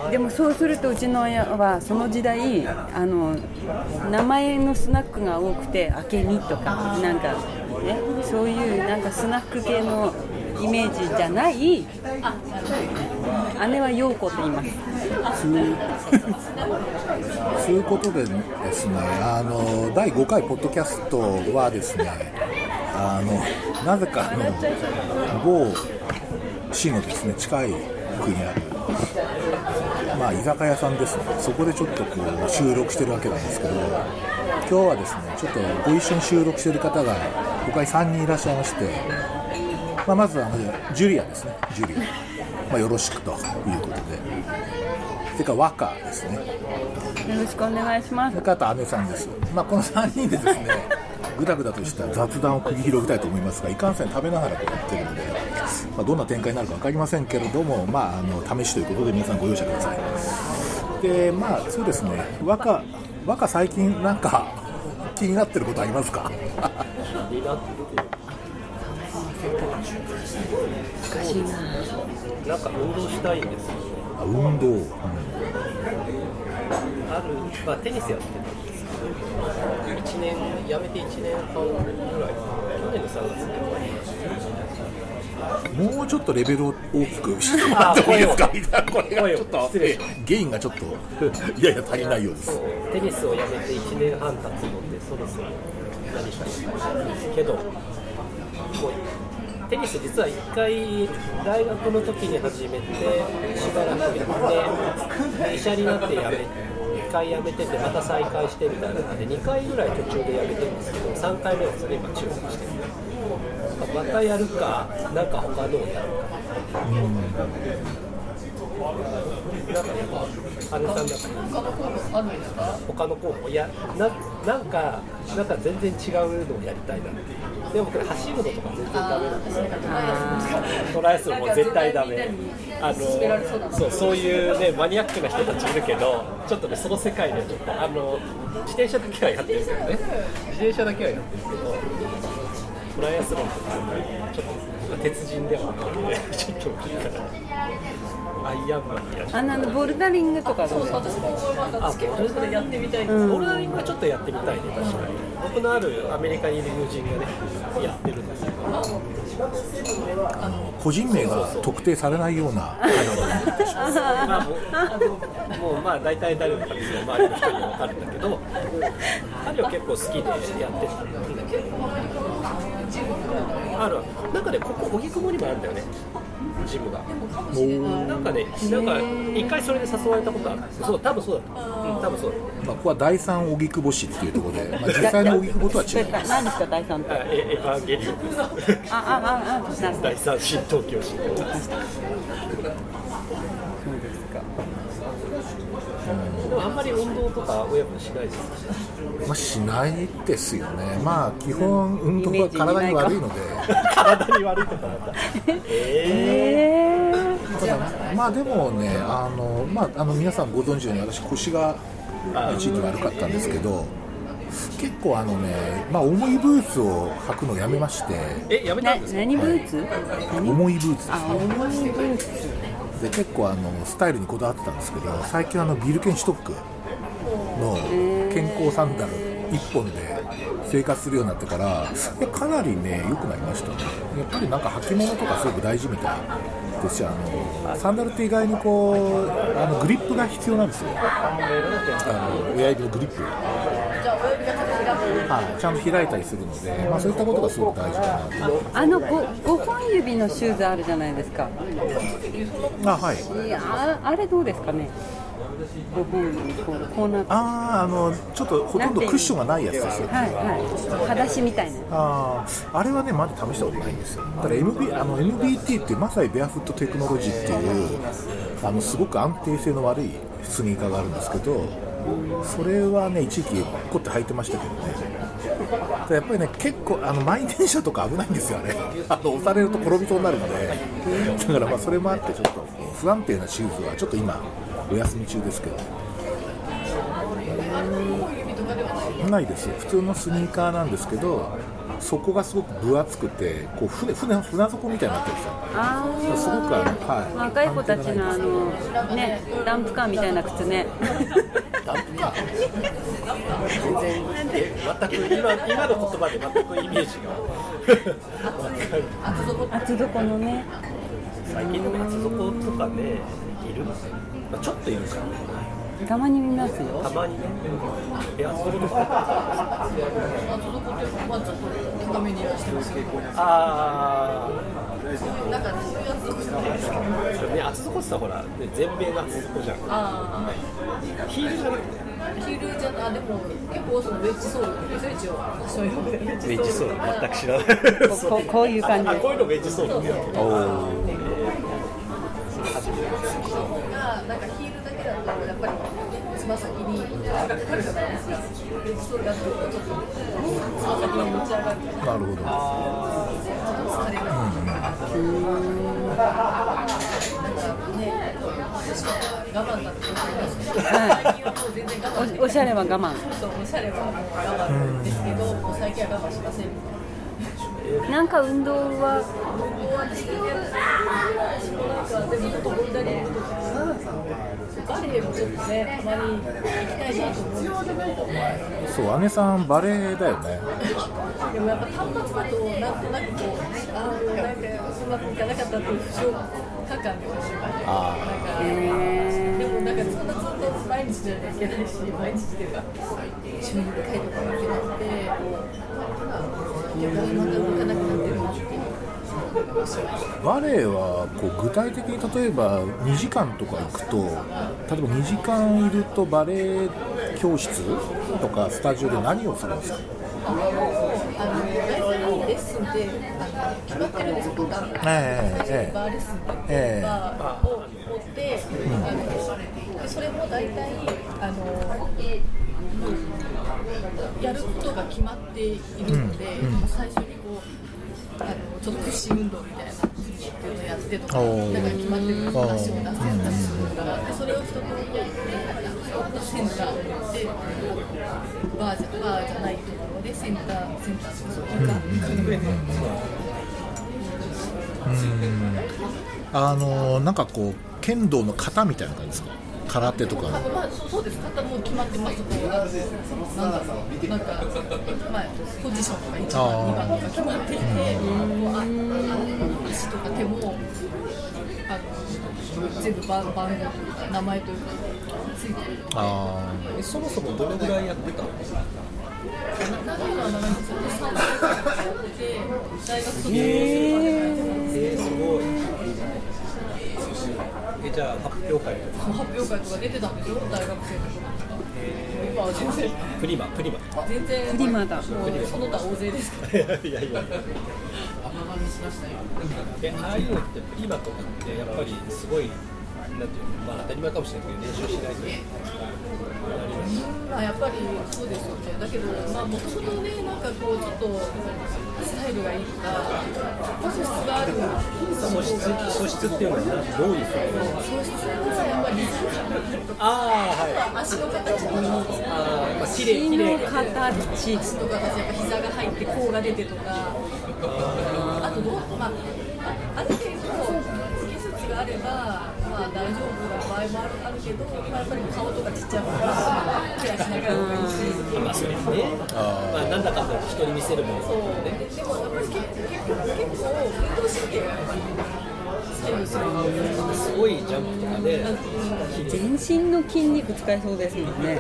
でもそうするとうちの親はその時代名前のスナックが多くて明美とかなんか、ね、そういうなんかスナック系のイメージじゃない姉は陽子と言います。 そういうことでですね、第5回ポッドキャストはですね、なぜか某市のですね近い区にある居酒屋さんですね、そこでちょっとこう収録してるわけなんですけど、今日はですねちょっとご一緒に収録してる方が他に3人いらっしゃいまして、まずジュリアですね、ジュリア、よろしくということで、それから和歌ですね、 よろしくお願いします。 それからあと姉さんです。この3人でですねぐだぐだとした雑談を繰り広げたいと思いますが、いかんせん食べながらこうやってるので、どんな展開になるか分かりませんけれども、試しということで皆さんご容赦ください。でそうですね、和歌最近なんか気になってることありますか？ 気になってる難しいな。 なんか運動したいんですよ。 運動、 テニスやってたんですけど、1年辞めて1年半ぐらい、去年の3月にもうちょっとレベルを大きくしてもらってもいいですかみたいな、これがちょっとゲインがちょっといや足りないようです。 テニスを辞めて1年半経つので、そろそろ何かしたいけど、もうテニス実は1回大学の時に始めてしばらくやって医者になって1回辞めててまた再開してみたいなので2回ぐらい途中で辞めてるんですけど、3回目はそれ今注目してる。またやるか、なんか他のをやるか。あれさんだから他の候補、いやなんか全然違うのをやりたいなっていう。でも僕走るのとか全然ダメなんですよ。トライアスロンも絶対ダメ。そういうねマニアックな人たちいるけど、ちょっとねその世界でちょっと自転車だけはやってるけどね。自転車だけはやってるけど、トライアスロンとかちょっと鉄人ではなくてちょっといいかな。アイアンマンにいらっしゃる。 ボルダリングとかどうですか？ ボルダリングやってみたい。ボルダリングはちょっとやってみたいね、確かに。僕のあるアメリカにいる友人がねやってるんですけど、 個人名が特定されないようなもう大体誰のかですよ、周りの人には分かるんだけど、彼は結構好きでやってたんだけど、なんかね、ここ荻窪にもあるんだよね、ジムが。なんか一回それで誘われたことあるんですよ。そう、多分そうだと、多分そうだ。 ここは第三荻窪市っていうところで、実際の荻窪とは違います。 何ですか第三って？ エヴァンゲリオン第三新東京市。でもあんまり運動とか親分しないですか？ しないですよね。基本運動は体に悪いので体に悪いとかまたただでもね、皆さんご存知のように私腰が一時期悪かったんですけど、結構重いブーツを履くのをやめまして。 やめたんですか？ 何ブーツ？ 重いブーツですね。 重いブーツで結構スタイルにこだわってたんですけど、最近ビルケンシュトックの健康サンダル1本で生活するようになってからかなりね良くなりましたね。やっぱり履物とかすごく大事みたいですし、サンダルって意外にこうグリップが必要なんですよ。親指のグリップ、ちゃんと開いたりするので、そういったことがすごく大事かなと。 5本指のシューズあるじゃないですか。 はい。 いやあれどうですかね。5本指こうなって。 ちょっとほとんどクッションがないやつですよね。 裸足みたいな。 あれはねまだ試したことないんですよ。ただ MBT っていうマサイベアフットテクノロジーっていうすごく安定性の悪いスニーカーがあるんですけど、それはね一時期こって履いてましたけどね。やっぱりね結構満員電車とか危ないんですよね。押されると転びそうになるので、だからそれもあってちょっと不安定なシューズはちょっと今お休み中ですけど。ないですよ。普通のスニーカーなんですけど、 底がすごく分厚くてこう船底みたいになってるんですよ。すごく若い子たちのねダンプカーみたいな靴ね。 ダンプカー全く今の言葉で全くイメージが厚底のね。 最近の厚底とかねいる、まあ、ちょっといるかたまに見ますよ。 たまにね。厚底とか高めにいらしてますけど。なんかそういう厚底じゃないですか。 ね、厚底ってさほら、ね、全米の厚底じゃん。ヒールじゃなくて。 ヒールじゃなでも結構そのウェッジソールウェッジをそういうウェッジソール全く知らない。 こういう感じ。 こういうのウェッジソールってやつ。 なんかヒールだけだとやっぱりつま先にかかるじゃないですか。ウェッジソールだとちょっとつま先が持ち上がる。 なるほど。 疲れない。ね、私は我慢だって思いますけど、最近はもう全然我慢。 おしゃれは我慢。 そうおしゃれはもう我慢ですけど、もう最近は我慢しません。 なんか運動は私もなんかでもちょっとボルダリングとかバレエもちょっとねたまに行きたいなと思うんですけど。 そう姉さんバレエだよね。 でもやっぱ単発だとなんとなくこうなんかうまくいかなかったっていう不祥感がでもなんかそんなずっと毎日じゃいけないし毎日っていうか週に1回とかもいけなくて逆にまた動かなくなってるなっていう。 バレエはこう具体的に例えば2時間とか行くと例えば2時間いるとバレエ教室とかスタジオで何をするんですか？ 大体レッスンで決まってるんですよ。バーレッスンっていうバーを持って、それも大体やることが決まっているので、最初にこうちょっと屈伸運動みたいなっていうのをやってとか、なんか決まってる足を出すとか、でそれを一通りやってセンターに行ってバーじゃないところでセンターなんかこう剣道の型みたいな感じですか？空手とか。 そうです。型も決まってます。なんかポジションとか1番2番とか決まっていて、足とか手も全部番号というか名前というかついてる。 そもそもどれぐらいやってたんですか？ 長いのは長いんですよね。3歳からやって大学卒業するすごい。じゃあ発表会とか出てたんでしょ、大学生の頃とか。今は全然プリマ全然プリマだ。 その他大勢ですから。 いやああいうのってプリマとかってやっぱりすごいなんていうの、当たり前かもしれないけど練習しないとやっぱりそうですよね。だけどもともとねなんかこうちょっとスタイルがいいとか素質がある素質っていうのはどういう素質はやっぱりリズム感だったりとか、足の形とか足の形足の形やっぱ膝が入って甲が出てとかあとある程度技術があれば大丈夫な場合もあるけど、やっぱり顔とかちっちゃい方がケアしなきゃいけないし、 それねなんだかんだ人に見せるものそうね。でもやっぱり結構運動神経がやっぱり左右するすごいジャンプとかね全身の筋肉使えそうですもんね。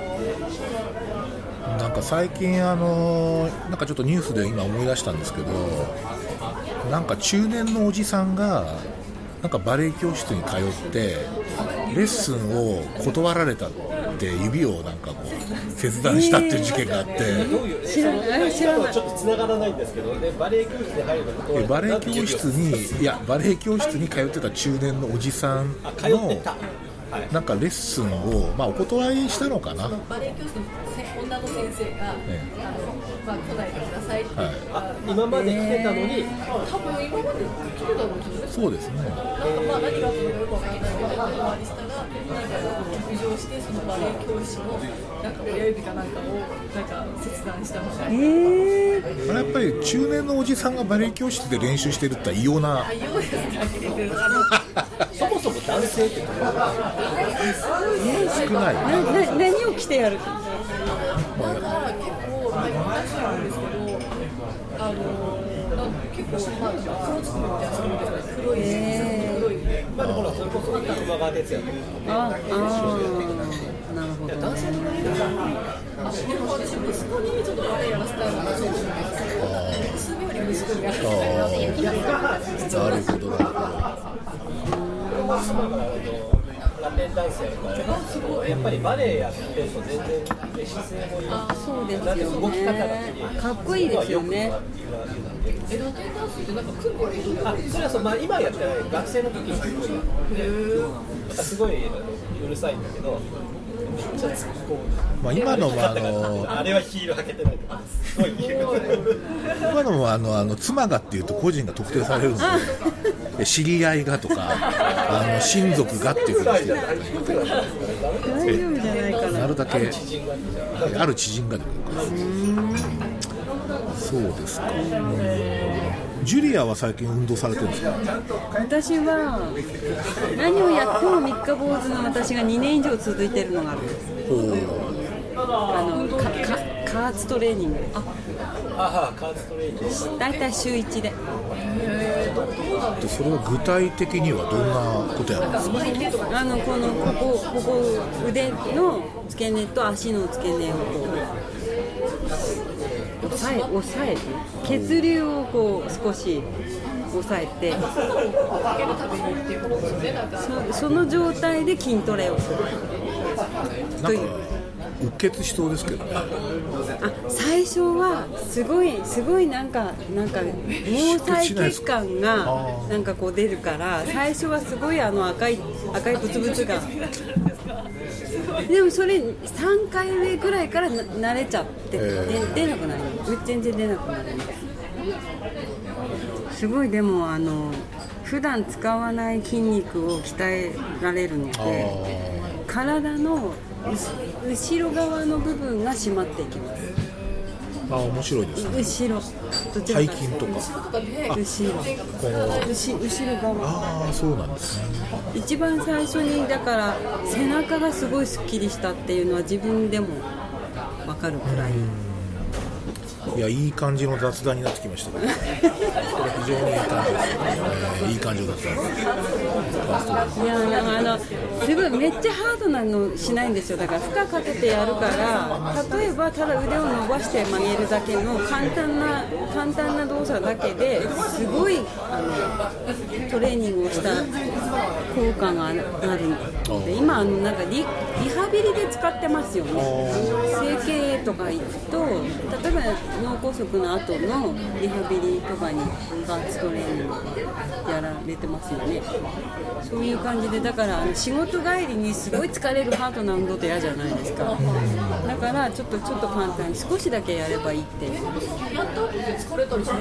なんか最近なんかちょっとニュースで今思い出したんですけど、なんか中年のおじさんがなんかバレエ教室に通ってレッスンを断られたって指をなんかこう切断したっていう事件があって、 知らないちょっと繋がらないんですけど、バレエ教室に入るのバレエ教室に通ってた中年のおじさんのなんかレッスンをお断りしたのかな。 バレエ教室の女の先生が、来ないでくださいって言って今まで来てたのに、 多分今まで来てたのにそうですね。 なんか何があったのかよくわからないけどお断りしたら逆上してそのバレエ教師のなんか親指かなんかをなんか切断したのが、 あれやっぱり中年のおじさんがバレエ教室で練習してるって異様な異様ですね。 そもそも男性って少ない何を着てやる？ なんか結構まあいろんな人いるんですけど、なんか結構まあ黒ずくめみたいな人いるんですよね。黒い黒い。 まあでもそれこそ熊川哲也とかなるほど、 男性のバレエでも私息子にちょっとバレエやらせたいなと思うんですけど、娘より息子にやらせたいなと思って。 なるほどラテンダンスやるからやっぱりバレエやってると全然姿勢もいい。 そうですよ動き方だね。かっこいいですよね。 ラテンダンスってなんか組んでる人がそれはまあ今やってない学生の時にすごいうるさいんだけど、めっちゃ突っ込む。 まあ今のもあれはヒール履けてないとかすごい言う。 今のも妻がっていうと個人が特定されるんで知り合いがとか親族がっていうふうにしてる大丈夫じゃないかな。 なるだけある知人が出てくるからそうですか。ジュリアは最近運動されてるんですか？ 私は何をやっても三日坊主の私が2年以上続いてるのがあるんです。加圧トレーニング。 加圧トレーニング。 だいたい週1で。 それは具体的にはどんなことやるんですか？ ここ腕の付け根と足の付け根を抑える、血流をこう少し抑えて、その状態で筋トレをするという。 うっ血しそうですけどね。 最初はすごいなんか毛細血管がなんかこう出るから、最初はすごい赤いブツブツがでもそれ3回目くらいから慣れちゃって、出なくなります。全然出なくなります。すごいでも普段使わない筋肉を鍛えられるので、体の後ろ側の部分が締まっていきます。 面白いですね。 後ろ、 背筋とか後ろ側。 そうなんですね。 一番最初にだから背中がすごいスッキリしたっていうのは自分でも分かるくらい。 いや、いい感じの雑談になってきましたけど、これ非常にいい感じです。いい感じの雑談。 いやすごいめっちゃハードなのしないんですよ。だから負荷かけてやるから、例えばただ腕を伸ばして曲げるだけの簡単な動作だけですごいトレーニングをした効果があるので、今なんかリハビリで使ってますよね。整形とか行くと、例えば脳梗塞の後のリハビリとかに加圧トレーニングやられてますよね。そういう感じで、だから仕事帰りにすごい疲れるハードな運動って嫌じゃないですか。だからちょっと簡単に少しだけやればいいってやった後で疲れたりしない？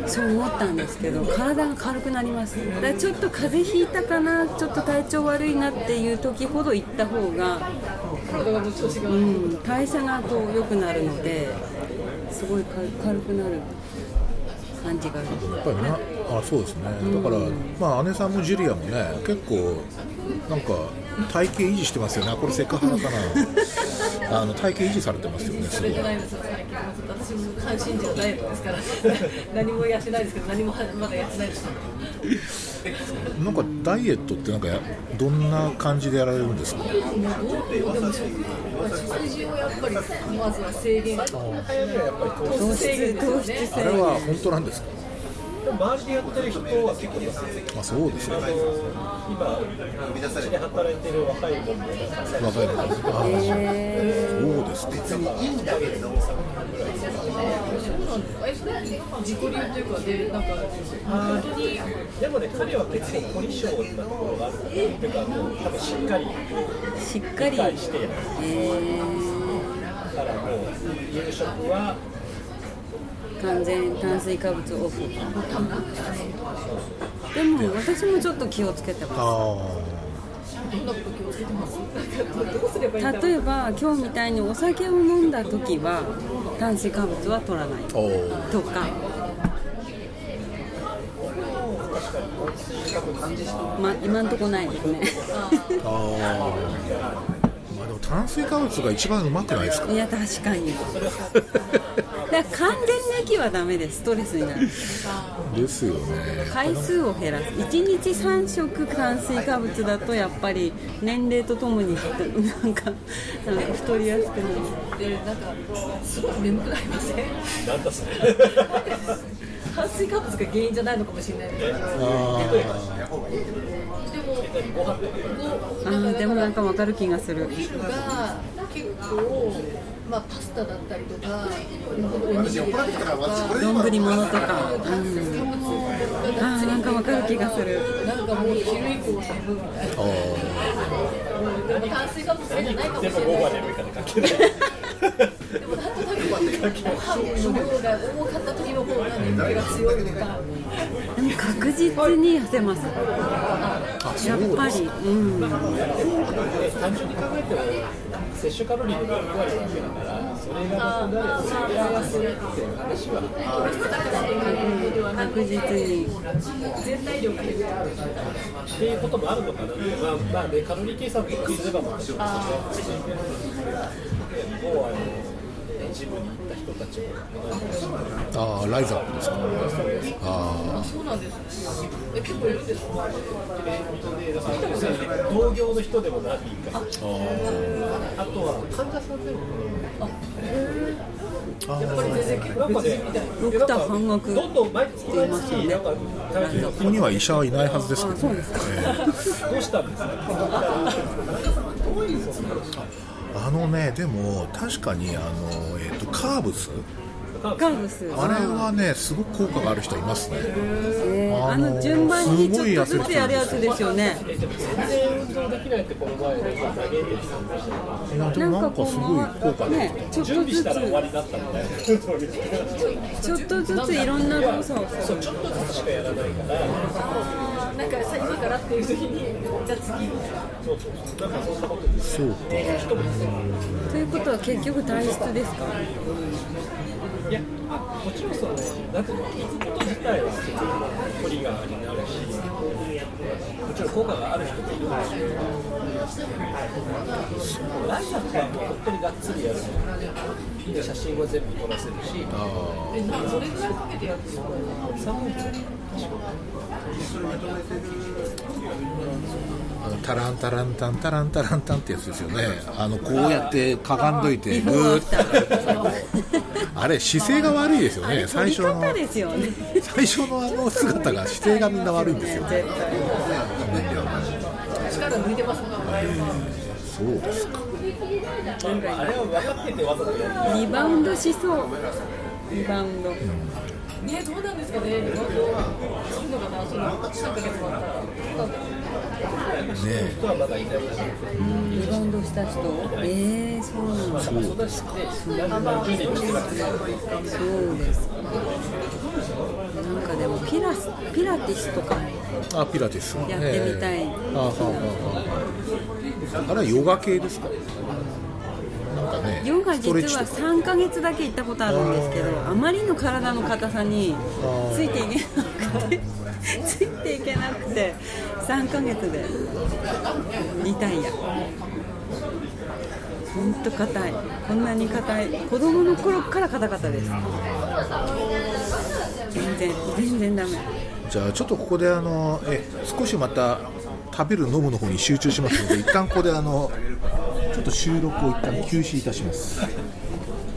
そう思ったんですけど、体が軽くなります。だからちょっと風邪ひいたかな、ちょっと体調悪いなっていう時ほど行った方が体が調子が代謝がこう良くなるので、すごい軽くなる感じがある。 やっぱりそうですね。だから姉さんもジュリアもね、結構なんか体型維持してますよね。これセクハラかな。体型維持されてますよね。すごい。 私も関心事はダイエットですから何もやってないですけど、何もまだやってないです。 なんかダイエットってどんな感じでやられるんですか？ でも食事をやっぱりまずは制限、糖質制限ですよね。 あれは本当なんですか？ 周りでやってる人は結構いますね。 そうですよね。 今うちで働いてる若い子もそうですね。 自己流というかでなんか本当にでもね、彼は結構凝り性なところがあるから、っていうか多分しっかり理解してやる。だからもう夕食は完全炭水化物オフ。でも私もちょっと気をつけてます。 どんなこと気をつけてます？どうすればいいんだろう。 例えば今日みたいにお酒を飲んだ時は炭水化物は取らないとか、今んとこないですね。 でも炭水化物が一番うまくないですか？ いや確かに。だから完全抜きはダメです。ストレスになる。 ですよね。 回数を減らす。1日3食炭水化物だとやっぱり年齢とともになんか太りやすくなる。 でなんかすごい眠くなりません？ なんだそれ。 炭水化物が原因じゃないのかもしれないですけど。 でもなんか分かる気がする。 お昼が結構、パスタだったりとか、おにぎりだったりとか、 丼物とか、なんか分かる気がする。 なんかもう昼以降眠むみたいな。でも炭水化物じゃないかもしれない。 でも午後は眠いから関係ない。 でもなんとなくご飯の量が多かった時の方が眠気が強いとか。 でも確実に痩せます。やっぱり。 単純に考えても摂取カロリーの6割なわけだから、それがなくなると痩せるっていう話は確実に全体量が減るっていうこともあるのかな。カロリー計算とかすればもちろんもうジムに行った人たちもライザップですか？ そうなんですね。結構いるんですか？ 同業の人でも何人か、あとは患者さんでもやっぱり全然結構ドクター半額どんどん毎月出ますよね。 ここには医者はいないはずですけど、 そうですか。 どうしたんですか？ でも確かにカーブスあれはねすごく効果がある人いますね。 順番にちょっとずつやるやつですよね。 全然運動できないってこの前で投げてきたんでしたけど、 なんかすごい効果がある。 準備したら終わりだったみたいな。 ちょっとずついろんな動作をする。 ちょっとずつしかやらないから。 なんか最初からっていう時にじゃあ次。 なんかそんなことです。 そうか。 ということは結局体質ですか？ いや、もちろんそのなんていうの、行くこと自体はトリガーになるし、もちろん効果がある人もいるんですけど、ライザップはもう本当にがっつりやるので、写真は全部撮らせるし、 それぐらいかけてやるんですか？3分タランタランタンタランタランタンってやつですよね。こうやってかがんどいてグーッあれ姿勢が悪いですよね。最初の姿が姿勢がみんな悪いんですよね。 力抜いてますもんね。 そうですか。 あれは分かっててわざとやる。 リバウンドしそう。リバウンド。 ね、どうなんですかね。リバウンドするのかな。その3ヶ月もあったら。 人はまだいない。 リバウンドした人。そうなんだ。 そうですね。何十年もしてなくて。 そうですか。なんかでもピラティスとかも。 ピラティス。 やってみたい。 あれはヨガ系ですか？なんかね。 ヨガ実は3ヶ月だけ行ったことあるんですけど、あまりの体の硬さについていけなくて3ヶ月でリタイア。ほんと硬い。こんなに硬い。子供の頃から硬かったです。全然ダメ。 じゃあちょっとここで少しまた食べる飲むの方に集中しますので一旦ここでちょっと収録を一旦休止いたします。